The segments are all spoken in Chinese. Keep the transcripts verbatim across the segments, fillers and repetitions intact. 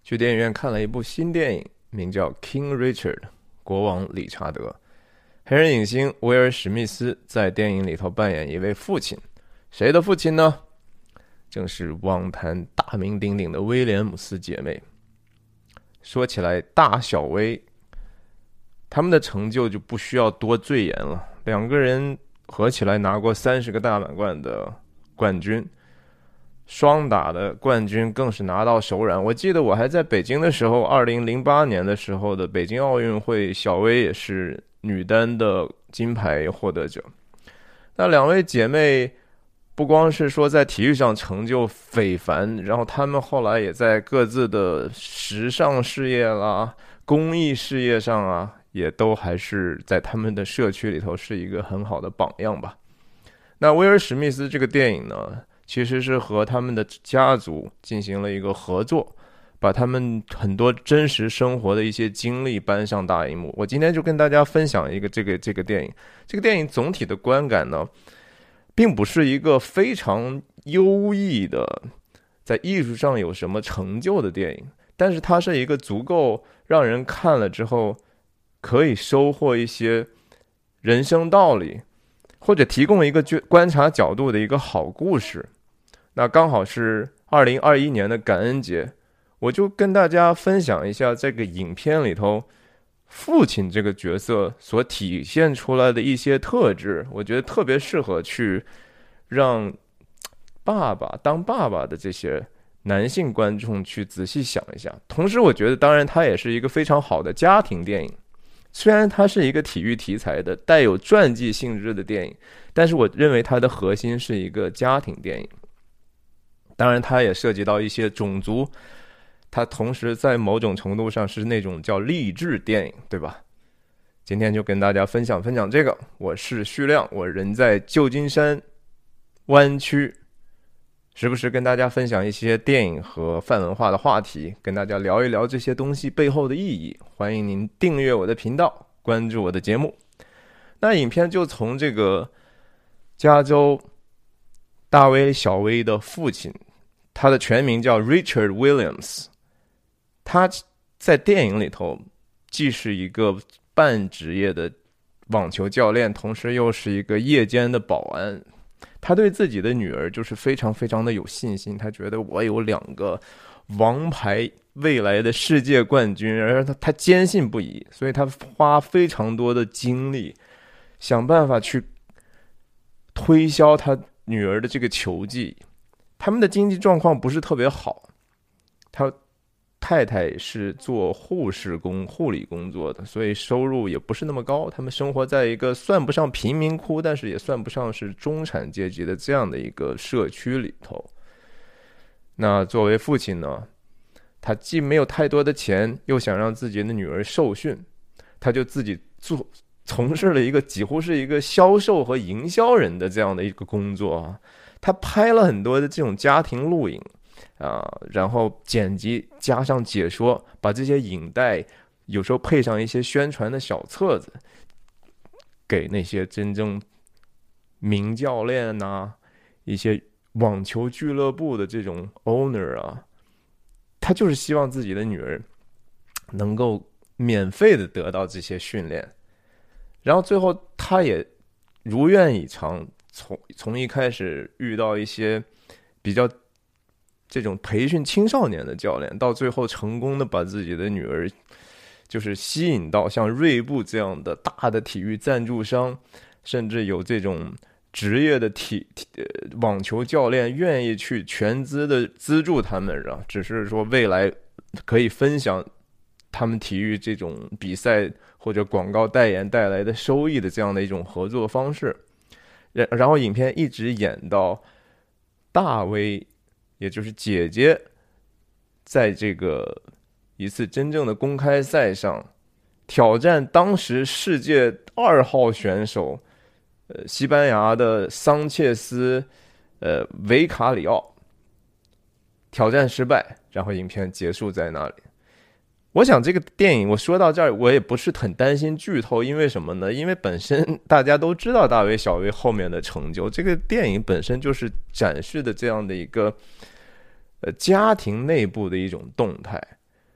去电影院看了一部新电影，名叫《King Richard》，国王理查德。黑人影星威尔史密斯在电影里头扮演一位父亲，谁的父亲呢？正是网坛大名鼎鼎的威廉姆斯姐妹。说起来，大小威他们的成就就不需要多赘言了，两个人合起来拿过三十个大满贯的冠军，双打的冠军更是拿到手软。我记得我还在北京的时候，二零零八年的时候的北京奥运会，小威也是女单的金牌获得者。那两位姐妹不光是说在体育上成就非凡，然后她们后来也在各自的时尚事业啦、公益事业上啊，也都还是在他们的社区里头是一个很好的榜样吧。那威尔史密斯这个电影呢，其实是和他们的家族进行了一个合作，把他们很多真实生活的一些经历搬上大荧幕。我今天就跟大家分享一个这个这个电影。这个电影总体的观感呢，并不是一个非常优异的在艺术上有什么成就的电影，但是它是一个足够让人看了之后可以收获一些人生道理，或者提供一个观察角度的一个好故事。那刚好是二零二一年的感恩节，我就跟大家分享一下这个影片里头父亲这个角色所体现出来的一些特质，我觉得特别适合去让爸爸当爸爸的这些男性观众去仔细想一下。同时我觉得当然它也是一个非常好的家庭电影，虽然它是一个体育题材的带有传记性质的电影，但是我认为它的核心是一个家庭电影。当然它也涉及到一些种族，它同时在某种程度上是那种叫励志电影，对吧？今天就跟大家分享分享这个。我是旭亮，我人在旧金山湾区，时不时跟大家分享一些电影和泛文化的话题，跟大家聊一聊这些东西背后的意义。欢迎您订阅我的频道，关注我的节目。那影片就从这个加州大威小威的父亲，他的全名叫 Richard Williams， 他在电影里头既是一个半职业的网球教练，同时又是一个夜间的保安。他对自己的女儿就是非常非常的有信心，他觉得我有两个王牌未来的世界冠军，而他他坚信不疑，所以他花非常多的精力想办法去推销他女儿的这个球技。他们的经济状况不是特别好，他太太是做护士工护理工作的，所以收入也不是那么高。他们生活在一个算不上贫民窟，但是也算不上是中产阶级的这样的一个社区里头。那作为父亲呢，他既没有太多的钱，又想让自己的女儿受训，他就自己做从事了一个几乎是一个销售和营销人的这样的一个工作啊。他拍了很多的这种家庭录影啊，然后剪辑加上解说，把这些影带有时候配上一些宣传的小册子，给那些真正名教练啊，一些网球俱乐部的这种 owner 啊，他就是希望自己的女儿能够免费的得到这些训练。然后最后他也如愿以偿，从从一开始遇到一些比较这种培训青少年的教练，到最后成功的把自己的女儿就是吸引到像锐步这样的大的体育赞助商，甚至有这种职业的体体网球教练愿意去全资的资助他们啊，只是说未来可以分享他们体育这种比赛或者广告代言带来的收益的这样的一种合作方式。然后影片一直演到大威，也就是姐姐，在这个一次真正的公开赛上挑战当时世界二号选手，呃，西班牙的桑切斯，呃，维卡里奥，挑战失败，然后影片结束在那里。我想这个电影我说到这儿，我也不是很担心剧透，因为什么呢？因为本身大家都知道大威小威后面的成就，这个电影本身就是展示的这样的一个呃家庭内部的一种动态。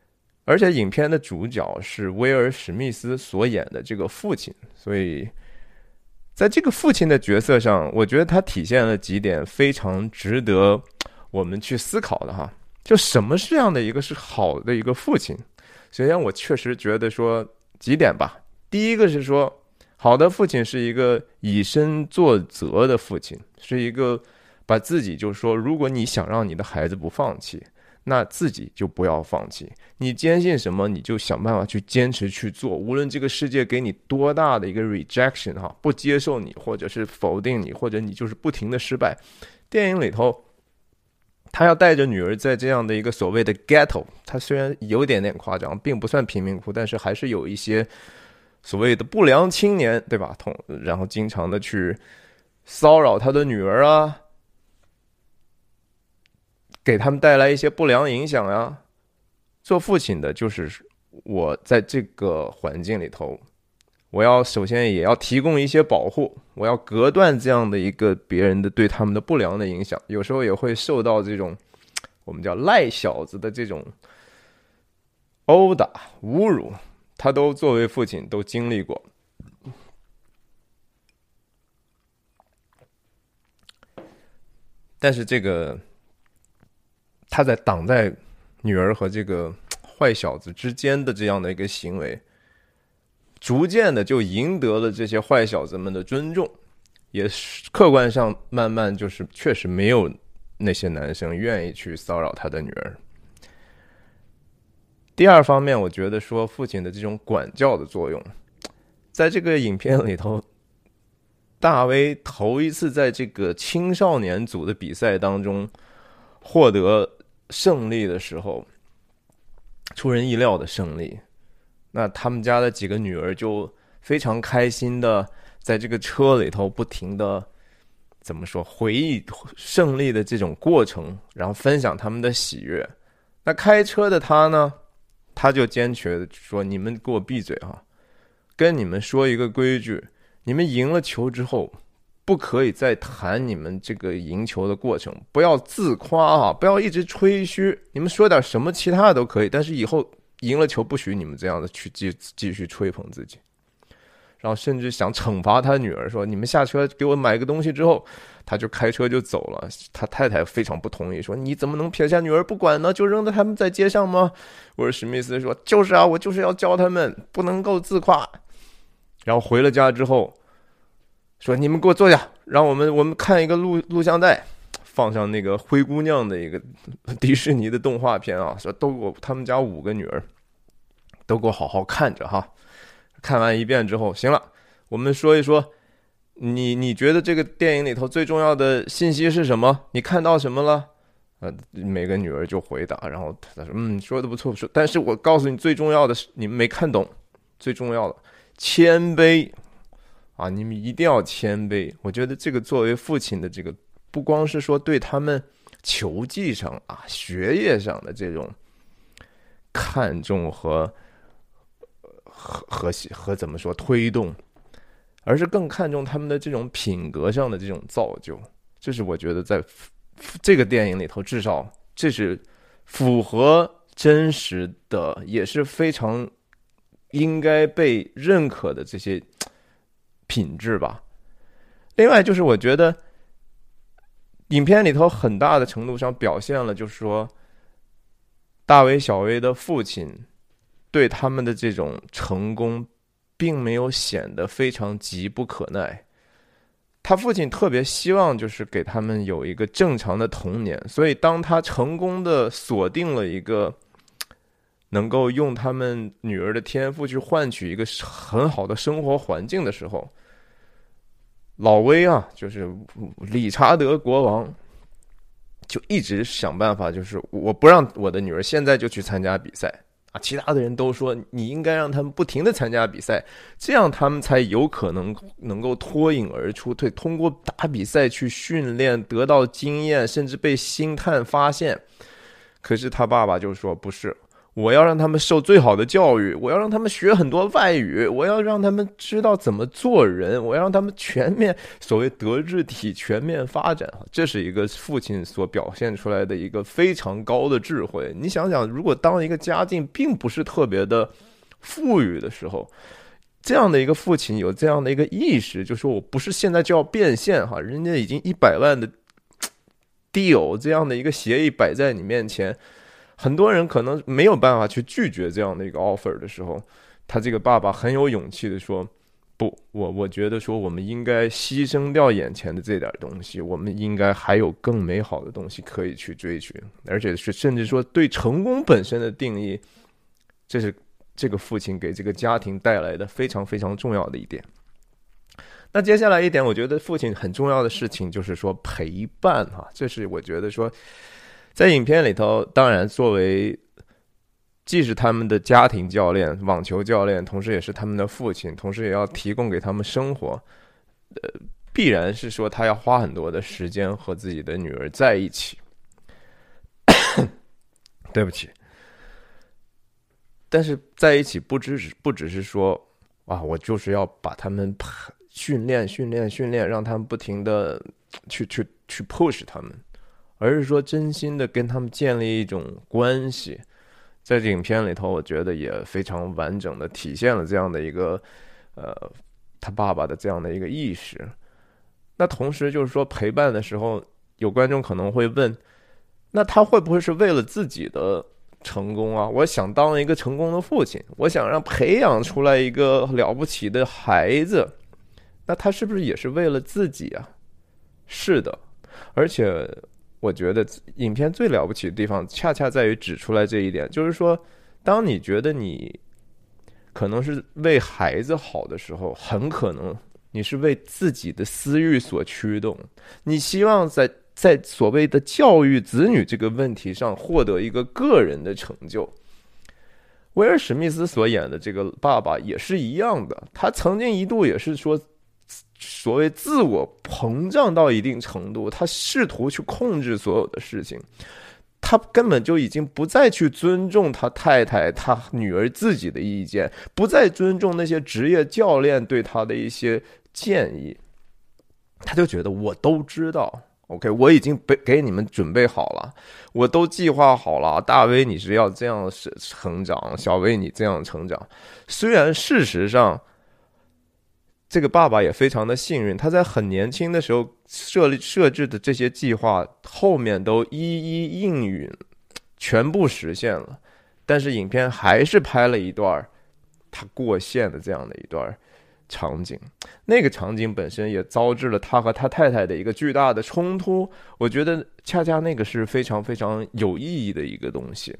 而且影片的主角是威尔史密斯所演的这个父亲，所以在这个父亲的角色上，我觉得他体现了几点非常值得我们去思考的哈。就什么是这样的一个是好的一个父亲？首先，我确实觉得说几点吧。第一个是说，好的父亲是一个以身作则的父亲，是一个把自己就说，如果你想让你的孩子不放弃，那自己就不要放弃。你坚信什么，你就想办法去坚持去做。无论这个世界给你多大的一个 rejection 哈，不接受你，或者是否定你，或者你就是不停的失败。电影里头，他要带着女儿在这样的一个所谓的 ghetto， 他虽然有点点夸张，并不算贫民窟，但是还是有一些所谓的不良青年，对吧？同然后经常的去骚扰他的女儿啊，给他们带来一些不良影响呀。做父亲的就是我在这个环境里头，我要首先也要提供一些保护，我要隔断这样的一个别人的对他们的不良的影响。有时候也会受到这种我们叫赖小子的这种殴打、侮辱，他都作为父亲都经历过。但是这个他在挡在女儿和这个坏小子之间的这样的一个行为，逐渐的就赢得了这些坏小子们的尊重，也客观上慢慢就是确实没有那些男生愿意去骚扰他的女儿。第二方面，我觉得说父亲的这种管教的作用，在这个影片里头，大威头一次在这个青少年组的比赛当中获得胜利的时候，出人意料的胜利。那他们家的几个女儿就非常开心的在这个车里头不停的怎么说回忆胜利的这种过程，然后分享他们的喜悦。那开车的他呢，他就坚决的说，你们给我闭嘴啊，跟你们说一个规矩，你们赢了球之后不可以再谈你们这个赢球的过程，不要自夸啊，不要一直吹嘘，你们说点什么其他的都可以，但是以后赢了球不许你们这样的去继继续吹捧自己。然后甚至想惩罚他女儿，说你们下车给我买个东西之后，他就开车就走了。他太太非常不同意，说你怎么能撇下女儿不管呢？就扔在他们在街上吗？威尔史密斯说就是啊，我就是要教他们不能够自夸。然后回了家之后说，你们给我坐下，让我们我们看一个录录像带，放上那个灰姑娘的一个迪士尼的动画片啊，说都给我他们家五个女儿都给我好好看着哈。看完一遍之后，行了，我们说一说，你你觉得这个电影里头最重要的信息是什么？你看到什么了？呃，每个女儿就回答，然后他说，嗯，说的不错，说，但是我告诉你，最重要的是你们没看懂，最重要的谦卑啊，你们一定要谦卑。我觉得这个作为父亲的这个，不光是说对他们球技上啊、学业上的这种看重和。和和和怎么说推动，而是更看重他们的这种品格上的这种造就。这是我觉得在这个电影里头，至少这是符合真实的，也是非常应该被认可的这些品质吧。另外就是我觉得影片里头很大的程度上表现了，就是说大卫小威的父亲对他们的这种成功并没有显得非常急不可耐。他父亲特别希望就是给他们有一个正常的童年，所以当他成功的锁定了一个能够用他们女儿的天赋去换取一个很好的生活环境的时候，老威啊，就是理查德国王就一直想办法，就是我不让我的女儿现在就去参加比赛啊，其他的人都说你应该让他们不停的参加比赛，这样他们才有可能能够脱颖而出，对，通过打比赛去训练，得到经验，甚至被星探发现。可是他爸爸就说不是， 我要让他们受最好的教育，我要让他们学很多外语，我要让他们知道怎么做人，我要让他们全面所谓德智体全面发展。这是一个父亲所表现出来的一个非常高的智慧。你想想，如果当一个家境并不是特别的富裕的时候，这样的一个父亲有这样的一个意识，就说我不是现在就要变现哈，人家已经一百万的 deal 这样的一个协议摆在你面前，很多人可能没有办法去拒绝这样的一个 offer 的时候，他这个爸爸很有勇气的说，不，我我觉得说我们应该牺牲掉眼前的这点东西，我们应该还有更美好的东西可以去追寻，而且是甚至说对成功本身的定义，这是这个父亲给这个家庭带来的非常非常重要的一点。那接下来一点，我觉得父亲很重要的事情就是说陪伴哈，这是我觉得说在影片里头，当然作为既是他们的家庭教练、网球教练，同时也是他们的父亲，同时也要提供给他们生活，呃，必然是说他要花很多的时间和自己的女儿在一起。对不起。但是在一起不只是不只是说啊，我就是要把他们训练训练训练，让他们不停的去去去 push 他们，而是说真心的跟他们建立一种关系。在这影片里头，我觉得也非常完整的体现了这样的一个呃他爸爸的这样的一个意识。那同时就是说陪伴的时候，有观众可能会问，那他会不会是为了自己的成功啊？我想当一个成功的父亲，我想让培养出来一个了不起的孩子，那他是不是也是为了自己啊？是的，而且我觉得影片最了不起的地方恰恰在于指出来这一点，就是说当你觉得你可能是为孩子好的时候，很可能你是为自己的私欲所驱动，你希望在在所谓的教育子女这个问题上获得一个个人的成就。威尔史密斯所演的这个爸爸也是一样的，他曾经一度也是说所谓自我膨胀到一定程度，他试图去控制所有的事情，他根本就已经不再去尊重他太太他女儿自己的意见，不再尊重那些职业教练对他的一些建议，他就觉得我都知道，OK， 我已经给你们准备好了，我都计划好了。大威你是要这样成长，小威你这样成长。虽然事实上，这个爸爸也非常的幸运，他在很年轻的时候设立设置的这些计划，后面都一一应允，全部实现了。但是影片还是拍了一段他过线的这样的一段场景，那个场景本身也招致了他和他太太的一个巨大的冲突。我觉得恰恰那个是非常非常有意义的一个东西。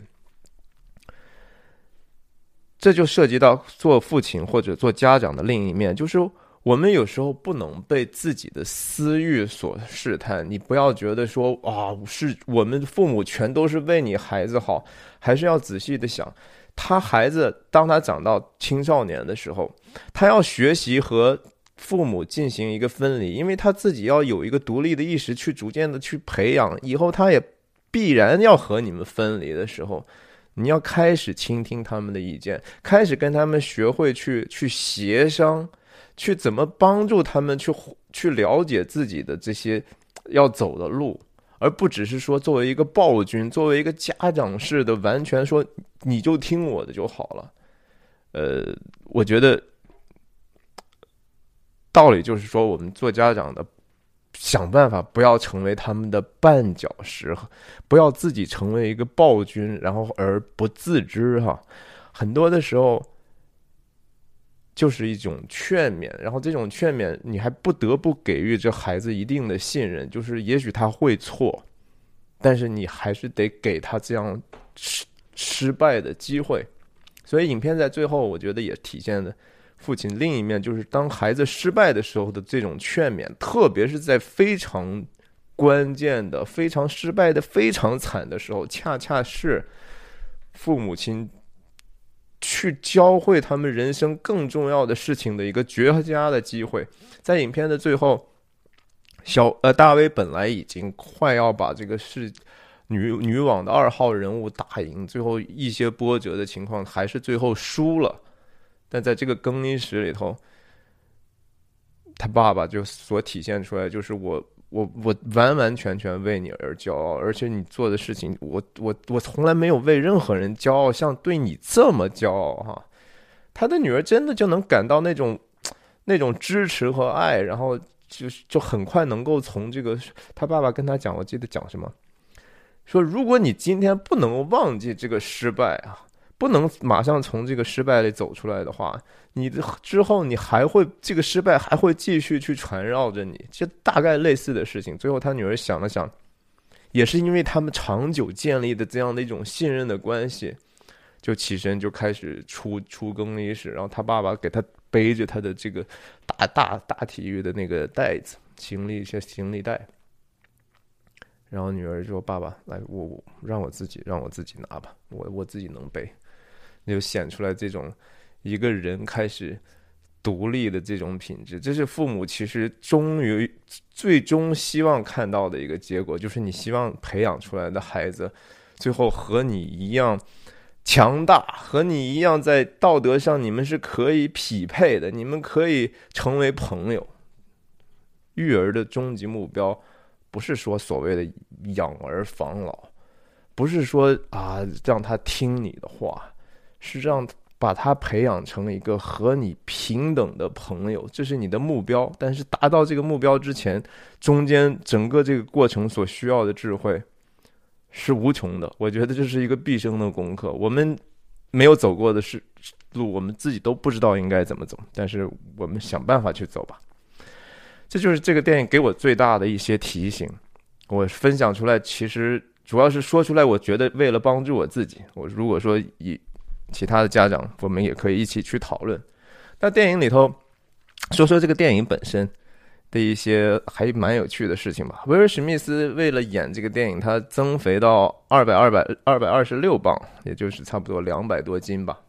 这就涉及到做父亲或者做家长的另一面，就是我们有时候不能被自己的私欲所试探。你不要觉得说啊，是我们父母全都是为你孩子好，还是要仔细的想，他孩子当他长到青少年的时候，他要学习和父母进行一个分离，因为他自己要有一个独立的意识去逐渐的去培养，以后他也必然要和你们分离的时候，你要开始倾听他们的意见，开始跟他们学会去去协商，去怎么帮助他们去去了解自己的这些要走的路，而不只是说作为一个暴君，作为一个家长式的完全说你就听我的就好了。呃，我觉得道理就是说，我们做家长的想办法不要成为他们的绊脚石，不要自己成为一个暴君，然后而不自知哈。很多的时候就是一种劝勉，然后这种劝勉你还不得不给予这孩子一定的信任，就是也许他会错，但是你还是得给他这样失失败的机会。所以影片在最后我觉得也体现了父亲另一面，就是当孩子失败的时候的这种劝勉，特别是在非常关键的非常失败的非常惨的时候，恰恰是父母亲去教会他们人生更重要的事情的一个绝佳的机会。在影片的最后，小呃大卫本来已经快要把这个事女女网的二号人物打赢，最后一些波折的情况还是最后输了。但在这个更衣室里头，他爸爸就所体现出来就是我我我完完全全为你而骄傲，而且你做的事情，我我我从来没有为任何人骄傲，像对你这么骄傲哈。他的女儿真的就能感到那种那种支持和爱，然后就就很快能够从这个他爸爸跟他讲，我记得讲什么，说如果你今天不能忘记这个失败啊，不能马上从这个失败里走出来的话，你之后你还会这个失败还会继续去缠绕着你，这大概类似的事情。最后他女儿想了想，也是因为他们长久建立的这样的一种信任的关系，就起身就开始出出更衣室，然后他爸爸给他背着他的这个大大大体育的那个袋子，行李一些行李袋，然后女儿说：“爸爸，来，我我让我自己让我自己拿吧，我我自己能背。”就显出来这种一个人开始独立的这种品质，这是父母其实终于最终希望看到的一个结果，就是你希望培养出来的孩子，最后和你一样强大，和你一样在道德上你们是可以匹配的，你们可以成为朋友。育儿的终极目标不是说所谓的养儿防老，不是说啊让他听你的话，是让把他培养成一个和你平等的朋友，这是你的目标。但是达到这个目标之前，中间整个这个过程所需要的智慧是无穷的，我觉得这是一个毕生的功课。我们没有走过的是路，我们自己都不知道应该怎么走，但是我们想办法去走吧。这就是这个电影给我最大的一些提醒。我分享出来，其实主要是说出来，我觉得为了帮助我自己。我如果说以其他的家长，我们也可以一起去讨论。那电影里头说说这个电影本身的一些还蛮有趣的事情吧。威尔史密斯为了演这个电影，他增肥到二百二百二百二十六磅，也就是差不多两百多斤吧。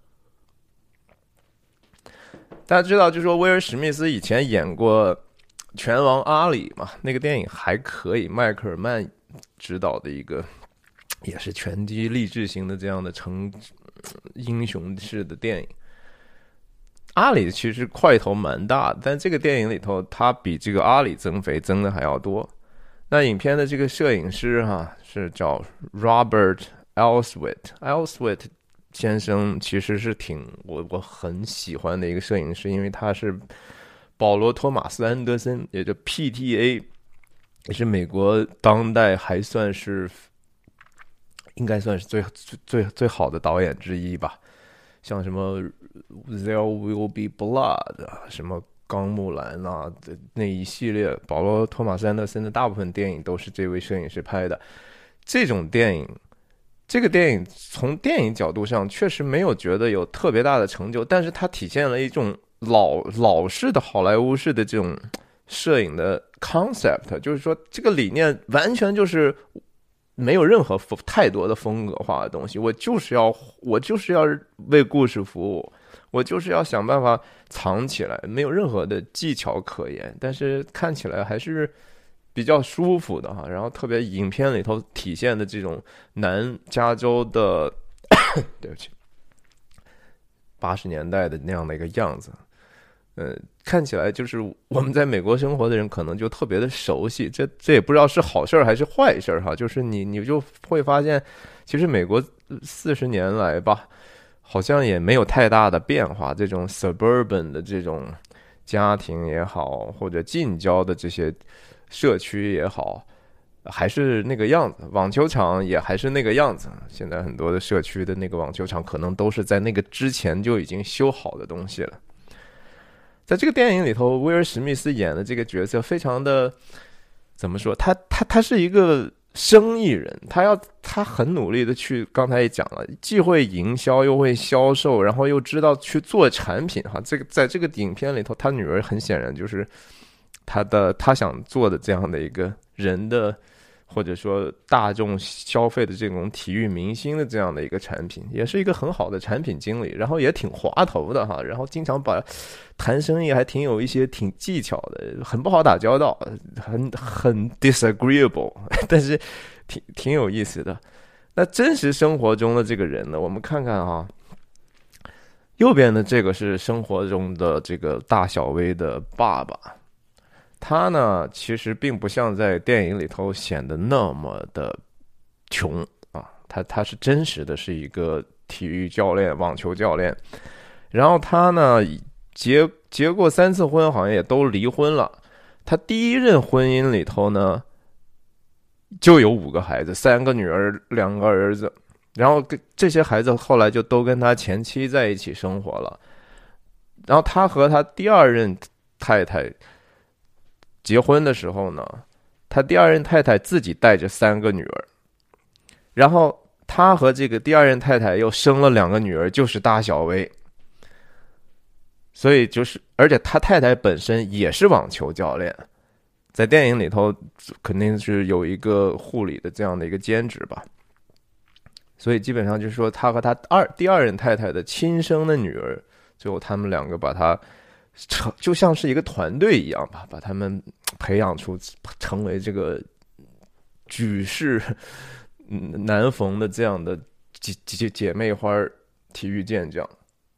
大家知道，就说威尔史密斯以前演过《拳王阿里》嘛，那个电影还可以，迈克尔曼执导的一个，也是拳击励志型的这样的成英雄式的电影。阿里其实块头蛮大，但这个电影里头他比这个阿里增肥增的还要多。那影片的这个摄影师哈、啊、是叫 Robert Elswit，Elswit 先生其实是挺我我很喜欢的一个摄影师，因为他是保罗托马斯安德森，也就 P T A， 也是美国当代还算是应该算是最最最好的导演之一吧。像什么 There Will Be Blood 啊，什么钢木兰啊，那一系列保罗托马斯安德森的大部分电影都是这位摄影师拍的。这种电影这个电影从电影角度上确实没有觉得有特别大的成就，但是它体现了一种老老式的好莱坞式的这种摄影的 concept， 就是说这个理念完全就是没有任何太多的风格化的东西，我就是要我就是要为故事服务，我就是要想办法藏起来，没有任何的技巧可言，但是看起来还是比较舒服的哈。然后特别影片里头体现的这种南加州的对不起八十年代的那样的一个样子，呃，看起来就是我们在美国生活的人可能就特别的熟悉，这这也不知道是好事还是坏事哈。就是你你就会发现，其实美国四十年来吧，好像也没有太大的变化。这种 suburban 的这种家庭也好，或者近郊的这些社区也好，还是那个样子，网球场也还是那个样子。现在很多的社区的那个网球场可能都是在那个之前就已经修好的东西了。在这个电影里头，威尔史密斯演的这个角色非常的怎么说？他他他是一个生意人，他要他很努力的去，刚才也讲了，既会营销又会销售，然后又知道去做产品哈。这个在这个影片里头，他女儿很显然就是他的他想做的这样的一个人的，或者说大众消费的这种体育明星的这样的一个产品，也是一个很好的产品经理，然后也挺滑头的哈，然后经常把谈生意还挺有一些挺技巧的，很不好打交道，很很 disagreeable， 但是挺挺有意思的。那真实生活中的这个人呢，我们看看啊，右边的这个是生活中的这个大小薇的爸爸，他呢其实并不像在电影里头显得那么的穷啊，他他是真实的是一个体育教练、网球教练，然后他呢结结过三次婚，好像也都离婚了。他第一任婚姻里头呢，就有五个孩子，三个女儿，两个儿子。然后这些孩子后来就都跟他前妻在一起生活了。然后他和他第二任太太结婚的时候呢，他第二任太太自己带着三个女儿，然后他和这个第二任太太又生了两个女儿，就是大小薇。所以就是，而且他太太本身也是网球教练，在电影里头肯定是有一个护理的这样的一个兼职吧。所以基本上就是说，他和他二第二任太太的亲生的女儿，最后他们两个把他成就像是一个团队一样吧，把他们培养出成为这个举世难逢的这样的姐姐姐妹花体育健将。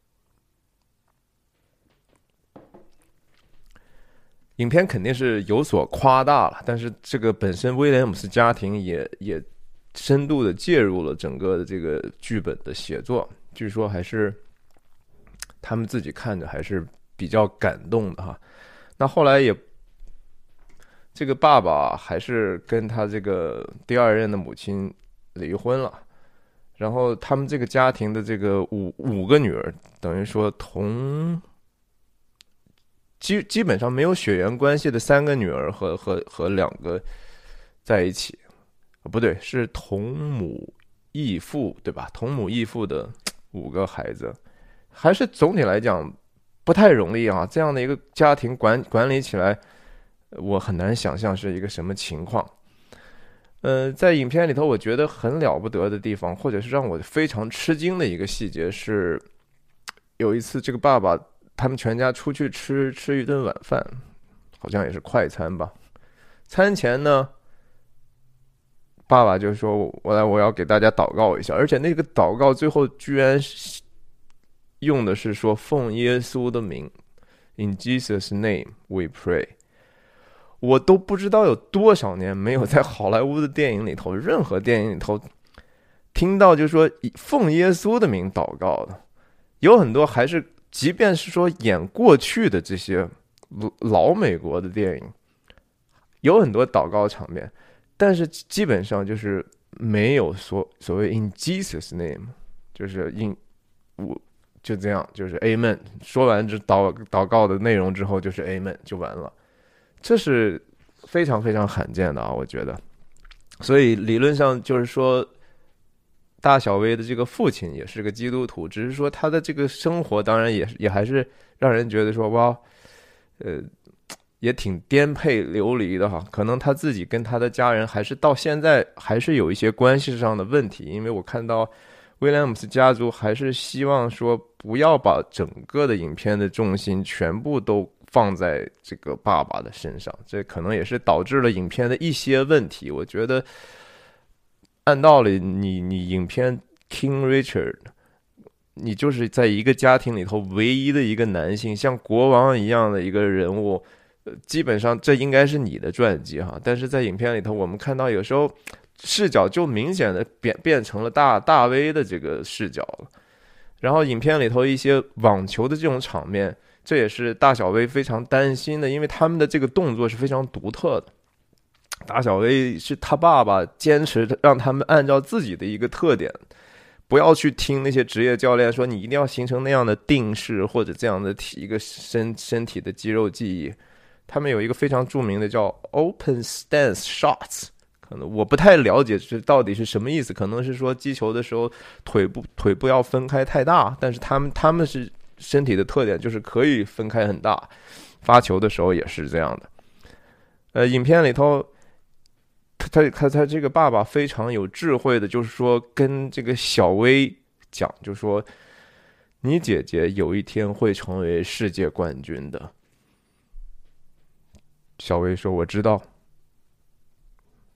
影片肯定是有所夸大了，但是这个本身威廉姆斯家庭也也深度的介入了整个的这个剧本的写作，据说还是他们自己看着还是比较感动的哈。那后来也这个爸爸还是跟他这个第二任的母亲离婚了，然后他们这个家庭的这个五五个女儿，等于说同基基本上没有血缘关系的三个女儿和和和两个在一起，不对，是同母异父，对吧？同母异父的五个孩子，还是总体来讲不太容易啊。这样的一个家庭管管理起来，我很难想象是一个什么情况。呃，在影片里头，我觉得很了不得的地方，或者是让我非常吃惊的一个细节是，有一次这个爸爸他们全家出去吃吃一顿晚饭，好像也是快餐吧。餐前呢，爸爸就说：“我来，我要给大家祷告一下。”而且那个祷告最后居然用的是说奉耶稣的名 ，In Jesus' name we pray。我都不知道有多少年没有在好莱坞的电影里头，任何电影里头听到就说以奉耶稣的名祷告的，有很多还是。即便是说演过去的这些老美国的电影，有很多祷告场面，但是基本上就是没有所所谓 in Jesus name， 就是 in 我就这样，就是 Amen。说完这祷祷告的内容之后，就是 Amen 就完了，这是非常非常罕见的啊，我觉得。所以理论上就是说。大小薇的这个父亲也是个基督徒，只是说他的这个生活当然也也还是让人觉得说哇，呃，也挺颠沛流离的哈。可能他自己跟他的家人还是到现在还是有一些关系上的问题，因为我看到威廉姆斯家族还是希望说不要把整个的影片的重心全部都放在这个爸爸的身上，这可能也是导致了影片的一些问题。我觉得。按道理你，你你影片 King Richard， 你就是在一个家庭里头唯一的一个男性，像国王一样的一个人物，基本上这应该是你的传记哈。但是在影片里头，我们看到有时候视角就明显的变变成了大大 V 的这个视角了。然后影片里头一些网球的这种场面，这也是大小薇非常担心的，因为他们的这个动作是非常独特的。大小薇是他爸爸坚持让他们按照自己的一个特点，不要去听那些职业教练说你一定要形成那样的定式或者这样的一个身身体的肌肉记忆。他们有一个非常著名的叫 open stance shots， 可能我不太了解这到底是什么意思，可能是说击球的时候腿部腿部要分开太大，但是他们他们是身体的特点就是可以分开很大，发球的时候也是这样的。呃，影片里头。他他他这个爸爸非常有智慧的，就是说跟这个小薇讲，就说你姐姐有一天会成为世界冠军的。小薇说我知道。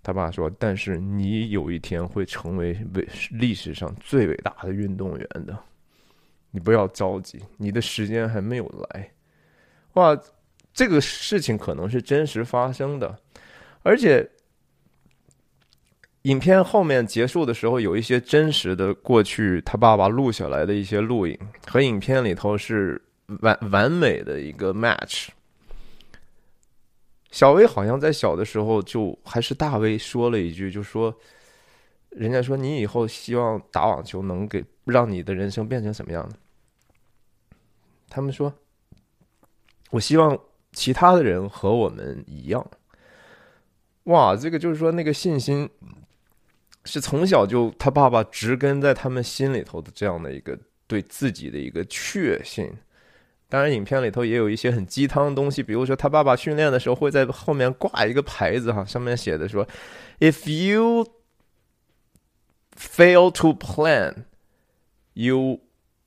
他爸说，但是你有一天会成为历史上最伟大的运动员的，你不要着急，你的时间还没有来。哇，这个事情可能是真实发生的，而且影片后面结束的时候有一些真实的过去他爸爸录下来的一些录影，和影片里头是完完美的一个 match。小威好像在小的时候就还是大威说了一句，就说人家说你以后希望打网球能给让你的人生变成什么样的，他们说我希望其他的人和我们一样。哇，这个就是说那个信心是从小就他爸爸植根在他们心里头的这样的一个对自己的一个确信。当然影片里头也有一些很鸡汤的东西，比如说他爸爸训练的时候会在后面挂一个牌子哈，上面写的说 If you fail to plan, you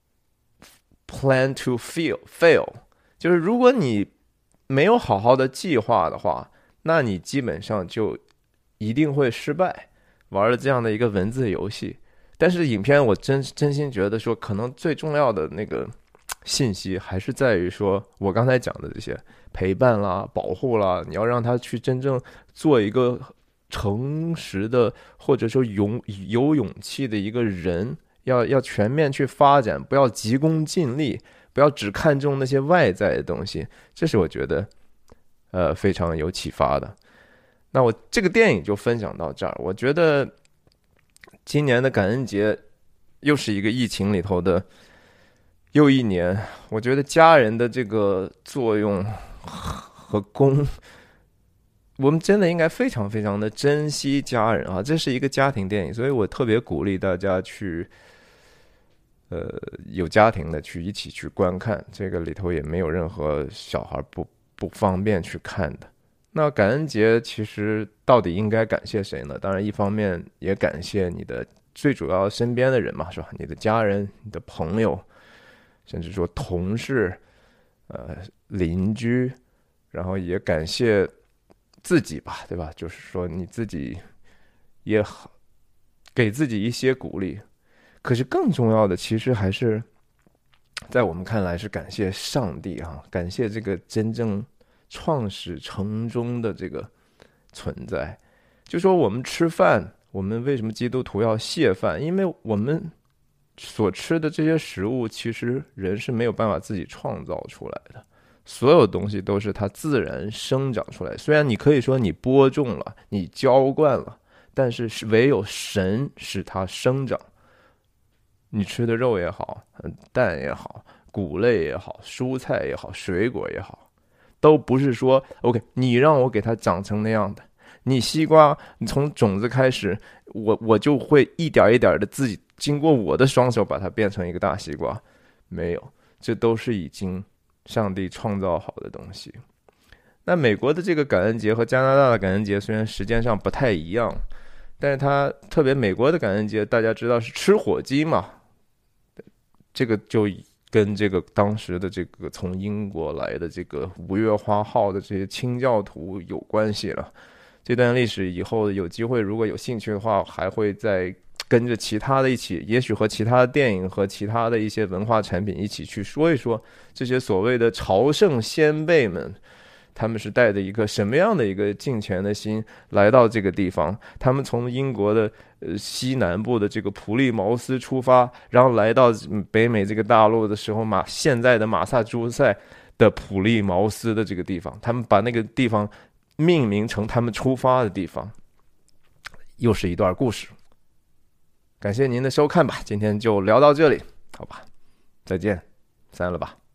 plan to fail fail， 就是如果你没有好好的计划的话，那你基本上就一定会失败。玩了这样的一个文字游戏，但是影片我真真心觉得说，可能最重要的那个信息还是在于说，我刚才讲的这些陪伴啦、保护啦，你要让他去真正做一个诚实的，或者说勇有勇气的一个人，要要全面去发展，不要急功近利，不要只看重那些外在的东西，这是我觉得呃非常有启发的。那我这个电影就分享到这儿。我觉得今年的感恩节又是一个疫情里头的又一年，我觉得家人的这个作用和功，我们真的应该非常非常的珍惜家人啊！这是一个家庭电影，所以我特别鼓励大家去呃有家庭的去一起去观看，这个里头也没有任何小孩不不方便去看的。那感恩节其实到底应该感谢谁呢？当然一方面也感谢你的最主要身边的人嘛，是吧？你的家人、你的朋友，甚至说同事、呃邻居，然后也感谢自己吧，对吧？就是说你自己也好，给自己一些鼓励。可是更重要的其实还是在我们看来是感谢上帝啊，感谢这个真正创始成终的这个存在。就说我们吃饭，我们为什么基督徒要谢饭？因为我们所吃的这些食物，其实人是没有办法自己创造出来的，所有东西都是它自然生长出来。虽然你可以说你播种了，你浇灌了，但是唯有神使它生长。你吃的肉也好，蛋也好，谷类也好，蔬菜也好，水果也好，都不是说 OK 你让我给它长成那样的。你西瓜你从种子开始，我我就会一点一点的自己经过我的双手把它变成一个大西瓜。没有，这都是已经上帝创造好的东西。那美国的这个感恩节和加拿大的感恩节虽然时间上不太一样，但是它特别美国的感恩节大家知道是吃火鸡嘛，这个就跟这个当时的这个从英国来的这个五月花号的这些清教徒有关系了。这段历史以后有机会如果有兴趣的话，还会再跟着其他的一起，也许和其他的电影和其他的一些文化产品一起去说一说这些所谓的朝圣先辈们，他们是带着一个什么样的一个敬虔的心来到这个地方。他们从英国的呃西南部的这个普利茅斯出发，然后来到北美这个大陆的时候，马现在的马萨诸塞的普利茅斯的这个地方，他们把那个地方命名成他们出发的地方，又是一段故事。感谢您的收看吧，今天就聊到这里，好吧，再见，散了吧。